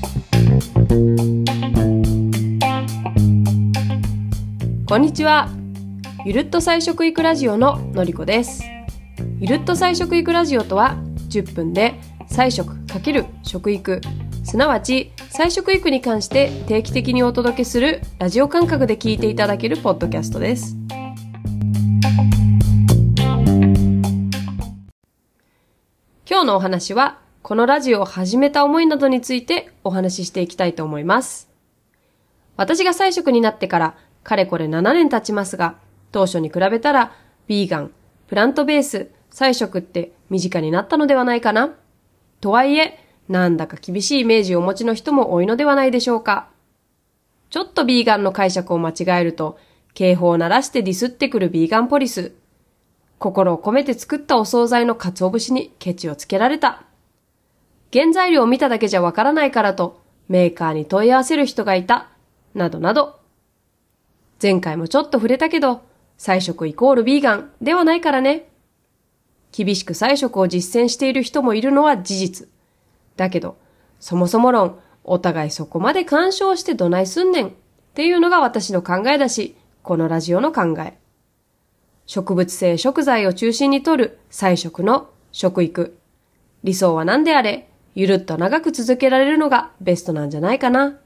こんにちは。ゆるっと菜食育ラジオののりこです。ゆるっと菜食育ラジオとは、10分で菜食×食育、すなわち菜食育に関して定期的にお届けするラジオ感覚で聞いていただけるポッドキャストです。今日のお話は、このラジオを始めた思いなどについてお話ししていきたいと思います。私が菜食になってからかれこれ7年経ちますが、当初に比べたらビーガン、プラントベース、菜食って身近になったのではないかな。とはいえ、なんだか厳しいイメージをお持ちの人も多いのではないでしょうか。ちょっとビーガンの解釈を間違えると、警報を鳴らしてディスってくるビーガンポリス。心を込めて作ったお惣菜の鰹節にケチをつけられた。原材料を見ただけじゃわからないからと、メーカーに問い合わせる人がいた。などなど。前回もちょっと触れたけど、菜食イコールビーガンではないからね。厳しく菜食を実践している人もいるのは事実。だけど、そもそも論、お互いそこまで干渉してどないすんねんっていうのが私の考えだし、このラジオの考え。植物性食材を中心にとる菜食の食育。理想は何であれ、ゆるっと長く続けられるのがベストなんじゃないかな。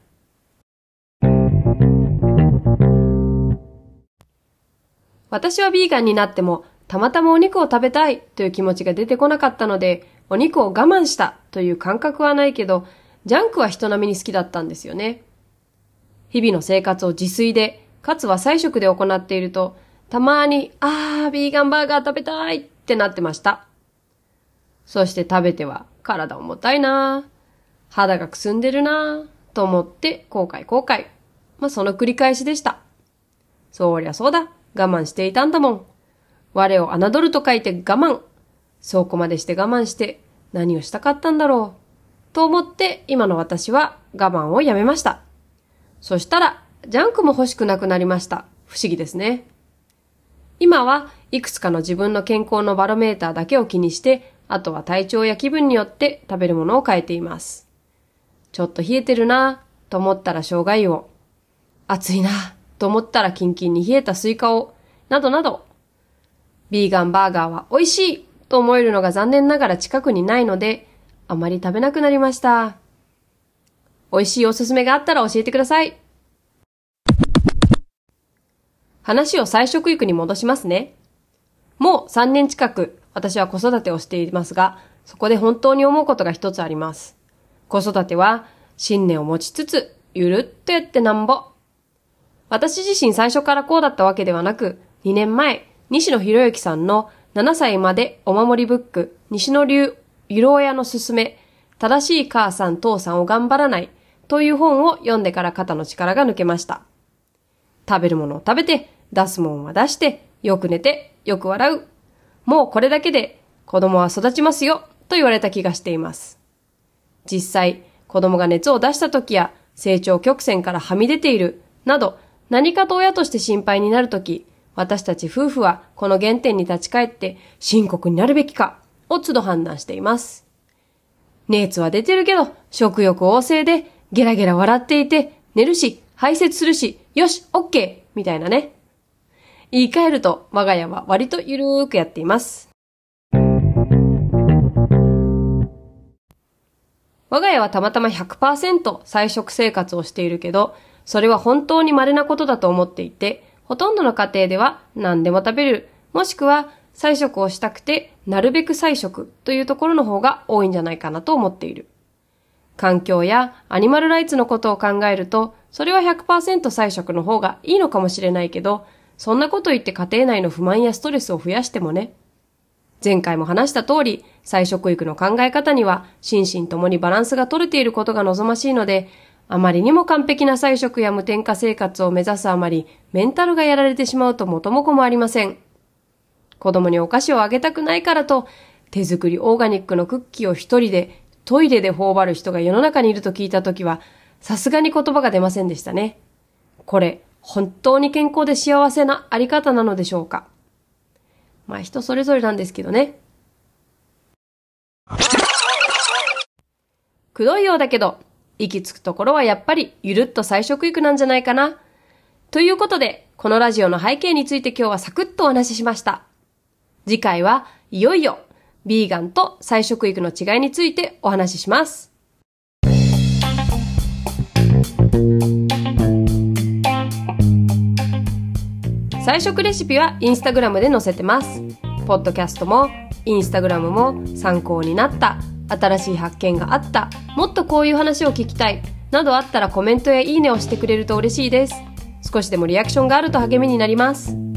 私はビーガンになっても、たまたまお肉を食べたいという気持ちが出てこなかったので、お肉を我慢したという感覚はないけど、ジャンクは人並みに好きだったんですよね。日々の生活を自炊で、かつは菜食で行っていると、たまに、ビーガンバーガー食べたいってなってました。そして食べては、体重たいなぁ、肌がくすんでるなぁ、と思って後悔。その繰り返しでした。そりゃそうだ。我慢していたんだもん。我を侮ると書いて我慢。そこまでして我慢して何をしたかったんだろう。と思って今の私は我慢をやめました。そしたらジャンクも欲しくなくなりました。不思議ですね。今はいくつかの自分の健康のバロメーターだけを気にして、あとは体調や気分によって食べるものを変えています。ちょっと冷えてるなと思ったら生姜湯を。暑いなと思ったらキンキンに冷えたスイカを、などなど。ビーガンバーガーは美味しいと思えるのが残念ながら近くにないので、あまり食べなくなりました。美味しいおすすめがあったら教えてください。話を菜食育に戻しますね。もう3年近く私は子育てをしていますが、そこで本当に思うことが一つあります。子育ては信念を持ちつつ、ゆるっとやってなんぼ。私自身最初からこうだったわけではなく、2年前、西野博之さんの7歳までお守りブック、西野流ゆる親のすすめ、正しい母さん父さんを頑張らないという本を読んでから肩の力が抜けました。食べるものを食べて、出すものは出して、よく寝て、よく笑う。もうこれだけで子供は育ちますよと言われた気がしています。実際、子供が熱を出した時や成長曲線からはみ出ているなど、何かと親として心配になるとき、私たち夫婦はこの原点に立ち返って深刻になるべきかを都度判断しています。熱は出てるけど食欲旺盛でゲラゲラ笑っていて寝るし排泄するしよし OK みたいなね。言い換えると我が家は割とゆるーくやっています。我が家はたまたま 100% 菜食生活をしているけど、それは本当に稀なことだと思っていて、ほとんどの家庭では何でも食べれる、もしくは菜食をしたくてなるべく菜食というところの方が多いんじゃないかなと思っている。環境やアニマルライツのことを考えると、それは 100% 菜食の方がいいのかもしれないけど、そんなこと言って家庭内の不満やストレスを増やしてもね。前回も話した通り、菜食育の考え方には心身ともにバランスが取れていることが望ましいので、あまりにも完璧な菜食や無添加生活を目指すあまり、メンタルがやられてしまうと元も子もありません。子供にお菓子をあげたくないからと、手作りオーガニックのクッキーを一人でトイレで頬張る人が世の中にいると聞いたときは、さすがに言葉が出ませんでしたね。これ、本当に健康で幸せなあり方なのでしょうか。人それぞれなんですけどね。くどいようだけど、 行き着くところはやっぱりゆるっと菜食育なんじゃないかな。ということで、このラジオの背景について今日はサクッとお話ししました。次回はいよいよビーガンと菜食育の違いについてお話しします。菜食レシピはインスタグラムで載せてます。ポッドキャストもインスタグラムも参考になった、新しい発見があった、もっとこういう話を聞きたいなどあったらコメントやいいねをしてくれると嬉しいです。少しでもリアクションがあると励みになります。